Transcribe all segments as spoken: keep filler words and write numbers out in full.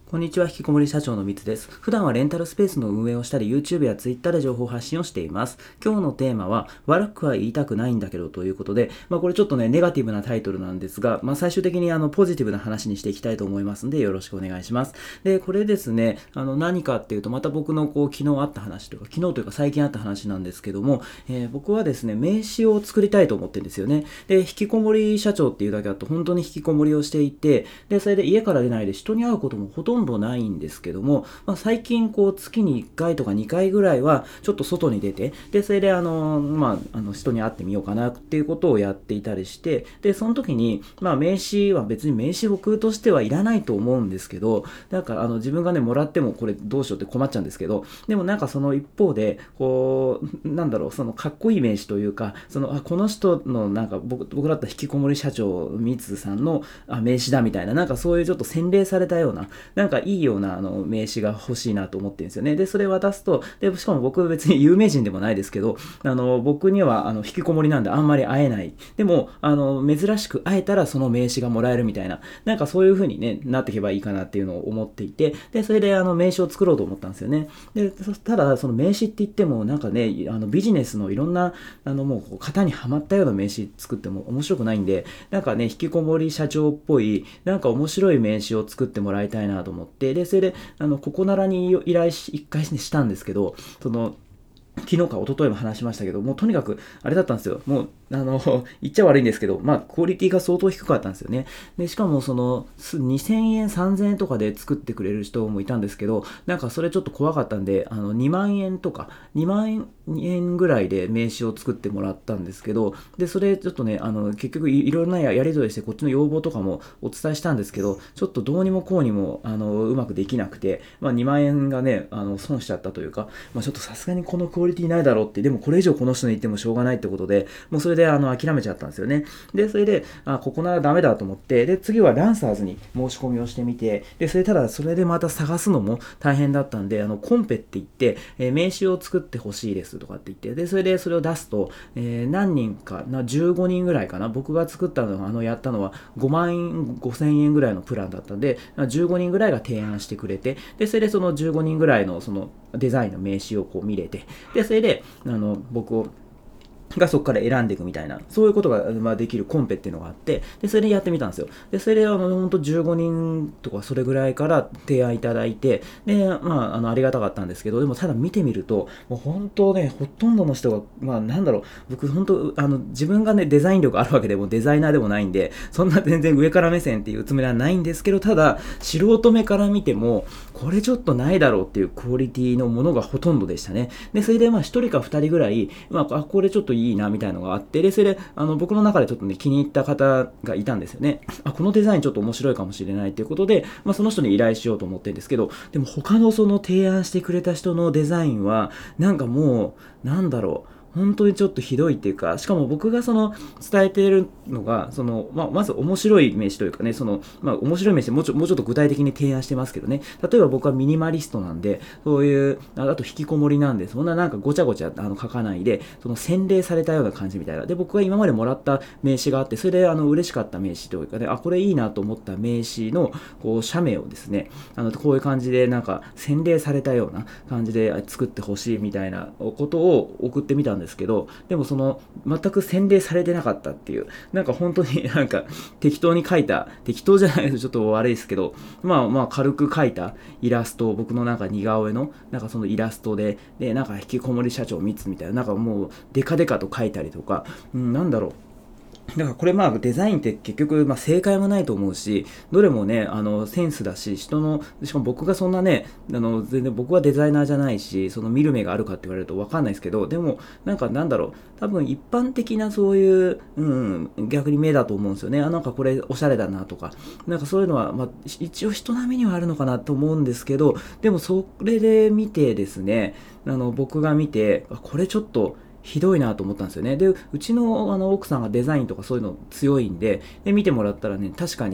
こんにちは、引きこもり社長のみつです。普段はレンタルスペースの運営をしたり、YouTube や Twitter で情報発信をしています。今日のテーマは、悪くは言いたくないんだけどということで、まあこれちょっとね、ネガティブなタイトルなんですが、まあ最終的にあの、ポジティブな話にしていきたいと思いますので、よろしくお願いします。で、これですね、あの、何かっていうと、また僕のこう、昨日あった話というか、昨日というか最近あった話なんですけども、えー僕はですね、名刺を作りたいと思ってるんですよね。で、引きこもり社長っていうだけだと、本当に引きこもりをしていて、で、それで家から出ないで人に会うこともほとんどないんですけども、まあ、最近こう月にいっかいとかにかいぐらいはちょっと外に出て、でそれであの、まあ、あの人に会ってみようかなっていうことをやっていたりして、でその時に、まあ、名刺は別に名刺僕としてはいらないと思うんですけど、なんかあの自分がねもらってもこれどうしようって困っちゃうんですけど、でもなんかその一方でこうなんだろう、そのかっこいい名刺というか、そのあこの人のなんか僕僕だったら引きこもり社長みつさんのあ名刺だみたいな、なんかそういうちょっと洗練されたような、なんかいいようなあの名刺が欲しいなと思ってるんですよね。でそれ渡すと、でしかも僕別に有名人でもないですけど、あの僕にはあの引きこもりなんであんまり会えない、でもあの珍しく会えたらその名刺がもらえるみたいな、なんかそういう風に、ね、なっていけばいいかなっていうのを思っていて、でそれであの名刺を作ろうと思ったんですよね。でただその名刺って言ってもなんかね、あのビジネスのいろんなあのもう型にはまったような名刺作っても面白くないんで、なんかね引きこもり社長っぽいなんか面白い名刺を作ってもらいたいなと思って、でそれであのここならに依頼し一回したんですけど、その昨日か一昨日も話しましたけど、もうとにかくあれだったんですよ。もうあの言っちゃ悪いんですけど、まあクオリティが相当低かったんですよね。でしかもそのにせんえんさんぜんえんとかで作ってくれる人もいたんですけど、なんかそれちょっと怖かったんで、あのにまんえんとかにまんえんぐらいで名刺を作ってもらったんですけど、でそれちょっとね、あの結局いろいろなやり取りしてこっちの要望とかもお伝えしたんですけど、ちょっとどうにもこうにもあのうまくできなくて、まあ、にまんえんがねあの損しちゃったというか、まあ、ちょっとさすがにこのクオリティないだろうって、でもこれ以上この人に言ってもしょうがないってことで、もうそれであの諦めちゃったんですよね。でそれであここならダメだと思って、で次はランサーズに申し込みをしてみて、でそれただそれでまた探すのも大変だったんで、あのコンペって言って、えー名刺を作ってほしいですとかって言って、でそれでそれを出すと、えー何人かなじゅうごにんぐらいかな、僕が作ったのがあのやったのはごまんえんごせんえんぐらいのプランだったんで、じゅうごにんぐらいが提案してくれて、でそれでそのじゅうごにんぐらいのそのデザインの名刺をこう見れて、でそれであの僕をがそこから選んでいくみたいな、そういうことが、まあ、できるコンペっていうのがあって、でそれでやってみたんですよ。でそれであの本当じゅうごにんとかそれぐらいから提案いただいて、でまああのありがたかったんですけど、でもただ見てみるともう本当ね、ほとんどの人が、まあなんだろう、僕本当あの自分がねデザイン力あるわけでもデザイナーでもないんで、そんな全然上から目線っていうつもりはないんですけど、ただ素人目から見てもこれちょっとないだろうっていうクオリティのものがほとんどでしたね。でそれでまあひとりかふたりぐらい、まあ、あこれちょっといいなみたいなのがあって、でそれであの僕の中でちょっとね気に入った方がいたんですよね。あこのデザインちょっと面白いかもしれないということで、まあ、その人に依頼しようと思ってるんですけど、でも他のその提案してくれた人のデザインはなんかもうなんだろう、本当にちょっとひどいっていうか、しかも僕がその伝えているのがその、まあ、まず面白い名詞というかね、その、まあ、面白い名詞もうちょもうちょっと具体的に提案してますけどね、例えば僕はミニマリストなんで、そういうああと引きこもりなんで、そんななんかごちゃごちゃあの書かないで、その洗練されたような感じみたいな、で僕が今までもらった名詞があって、それであの嬉しかった名詞というかね、あこれいいなと思った名詞のこう社名をですね、あのこういう感じでなんか洗練されたような感じで作ってほしいみたいなことを送ってみたんですけど、でもその全く洗練されてなかったっていう、なんか本当になんか適当に描いた、適当じゃないとちょっと悪いですけど、まあまあ軽く描いたイラストを、僕のなんか似顔絵のなんかそのイラストで、でなんか引きこもり社長みつみたいな、なんかもうデカデカと描いたりとか、うん、なんだろう、だからこれまあデザインって結局まあ正解もないと思うし、どれもねあのセンスだし、人の、しかも僕がそんなねあの全然僕はデザイナーじゃないし、その見る目があるかって言われると分かんないですけど、でもなんかなんだろう、多分一般的なそういう、うん、逆に目だと思うんですよね。あなんかこれおしゃれだなとか、なんかそういうのは、まあ、一応人並みにはあるのかなと思うんですけど、でもそれで見てですね、あの僕が見てこれちょっとひどいなと思ったんですよね。で、うちのあの奥さんがデザインとかそういうの強いんで、で見てもらったらね、確かに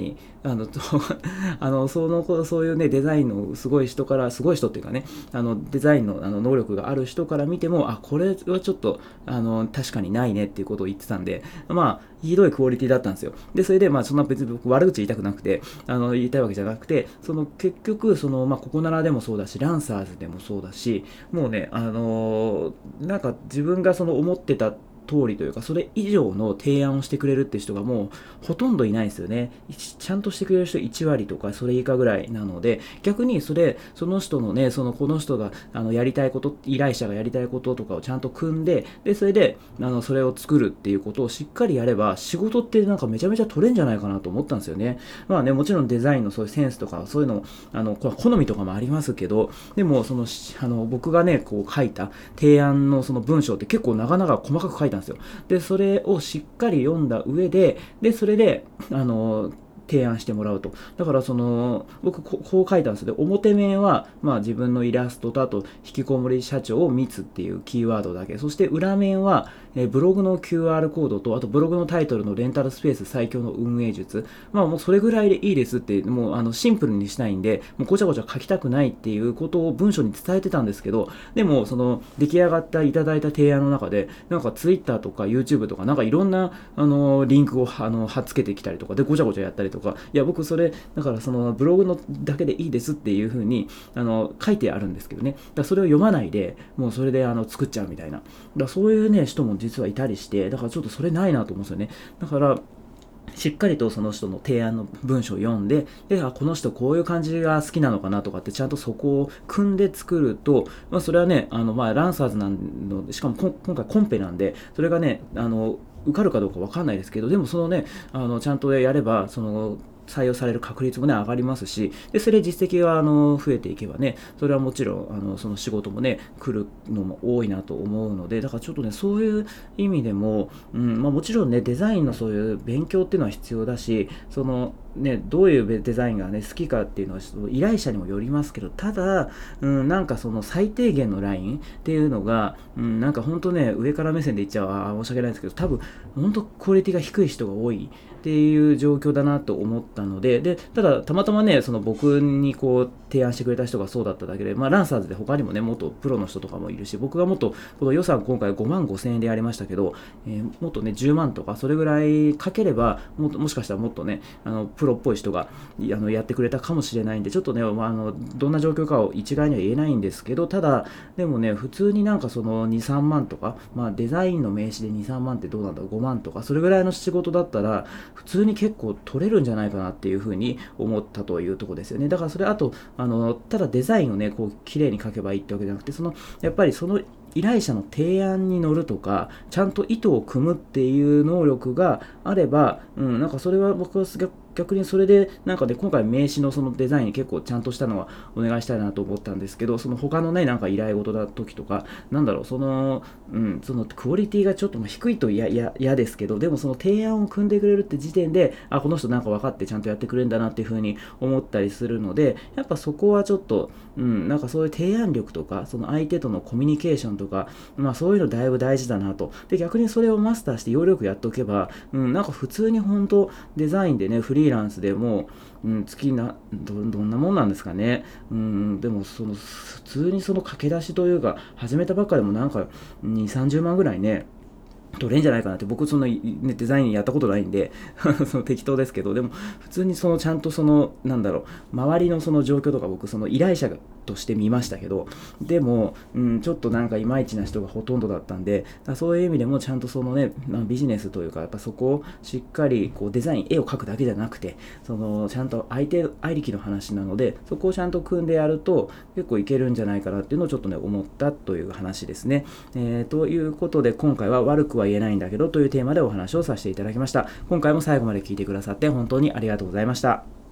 あのあのそのそういうねデザインのすごい人からすごい人っていうかねあのデザインのあの能力がある人から見てもあこれはちょっとあの確かにないねっていうことを言ってたんでまあひどいクオリティだったんですよ。でそれでまあそんな別に僕悪口言いたくなくてあの言いたいわけじゃなくてその結局そのまあココナラでもそうだしランサーズでもそうだしもうねあのー、なんか自分がその思ってた通りというかそれ以上の提案をしてくれるって人がもうほとんどいないんですよね。ちゃんとしてくれる人いち割とかそれ以下ぐらいなので逆にそれその人のねそのこの人があのやりたいこと依頼者がやりたいこととかをちゃんと組んででそれであのそれを作るっていうことをしっかりやれば仕事ってなんかめちゃめちゃ取れんじゃないかなと思ったんですよね。まあねもちろんデザインのそういうセンスとかそういうのあのこれ好みとかもありますけどでもそのあの僕がねこう書いた提案のその文章って結構なかなか細かく書いたんですよ。でそれをしっかり読んだ上ででそれであの提案してもらうと。だからその僕こう書いたんですよ。表面はまあ自分のイラストとあと引きこもり社長を密っていうキーワードだけ、そして裏面はえブログの キューアール コードとあとブログのタイトルのレンタルスペース最強の運営術、まあもうそれぐらいでいいですってもうあのシンプルにしたいんでもうごちゃごちゃ書きたくないっていうことを文章に伝えてたんですけど、でもその出来上がったいただいた提案の中でなんか Twitter とか YouTube とかなんかいろんなあのリンクをあの貼っつけてきたりとかでごちゃごちゃやったりとか、いや僕それだからそのブログのだけでいいですっていう風にあの書いてあるんですけどね、だからそれを読まないでもうそれであの作っちゃうみたいな、だからそういうね人も実はいたりして、だからちょっとそれないなと思うんですよね。だからしっかりとその人の提案の文章を読んで、であこの人こういう感じが好きなのかなとかってちゃんとそこを組んで作ると、まあ、それはねあの、まあ、ランサーズなんのしかも今回コンペなんでそれがねあの受かるかどうか分かんないですけど、でもそのねあのちゃんとやればその採用される確率もね上がりますし、でそれで実績があの増えていけばねそれはもちろんあのその仕事もね来るのも多いなと思うので、だからちょっとねそういう意味でも、うんまあ、もちろんねデザインのそういう勉強っていうのは必要だし、そのね、どういうデザインが、ね、好きかっていうのは依頼者にもよりますけど、ただ、うん、なんかその最低限のラインっていうのが、うん、なんか本当ね上から目線で言っちゃうあ申し訳ないですけど多分本当クオリティが低い人が多いっていう状況だなと思ったので、でただたまたまねその僕にこう提案してくれた人がそうだっただけで、まあ、ランサーズで他にもね元プロの人とかもいるし、僕がもっとこの予算今回ごまんごせんえんでやりましたけど、えー、もっとねじゅうまんとかそれぐらいかければもっともしかしたらもっとねあのプロっぽい人があのやってくれたかもしれないんで、ちょっとね、まあ、あのどんな状況かを一概には言えないんですけど、ただでもね普通になんかそのにさんまんとか、まあ、デザインの名刺でにさんまんってどうなんだろうごまんとかそれぐらいの仕事だったら普通に結構取れるんじゃないかなっていうふうに思ったというところですよね。だからそれあとあのただデザインをねこう綺麗に書けばいいってわけじゃなくて、そのやっぱりその依頼者の提案に乗るとかちゃんと意図を組むっていう能力があれば、うん、なんかそれは僕は逆にそれでなんかで今回名刺のそのデザイン結構ちゃんとしたのはお願いしたいなと思ったんですけど、その他のねなんか依頼事だ時とかなんだろうそのうんそのクオリティがちょっと低いと嫌ですけど、でもその提案を組んでくれるって時点であこの人なんか分かってちゃんとやってくれるんだなっていう風に思ったりするので、やっぱそこはちょっとうんなんかそういう提案力とかその相手とのコミュニケーションとかまあそういうのだいぶ大事だなと。で逆にそれをマスターして要領よくやっておけば、うんなんか普通に本当デザインでねフリーフリーランスでもう、うん、月な ど, どんなもんなんですかね、うん、でもその普通にその駆け出しというか始めたばっかでもなんかにじゅう、さんじゅうまんぐらいね取れんじゃないかなって、僕その、ね、デザインやったことないんでその適当ですけど、でも普通にそのちゃんとそのなんだろう周りのその状況とか僕その依頼者として見ましたけど、でも、うん、ちょっとなんかいまいちな人がほとんどだったんで、だそういう意味でもちゃんとそのね、まあ、ビジネスというかやっぱそこをしっかりこうデザイン絵を描くだけじゃなくてそのちゃんと相手ありきの話なので、そこをちゃんと組んでやると結構いけるんじゃないかなっていうのをちょっとね思ったという話ですね、えー、ということで今回は悪くは言えないんだけどというテーマでお話をさせていただきました。今回も最後まで聞いてくださって本当にありがとうございました。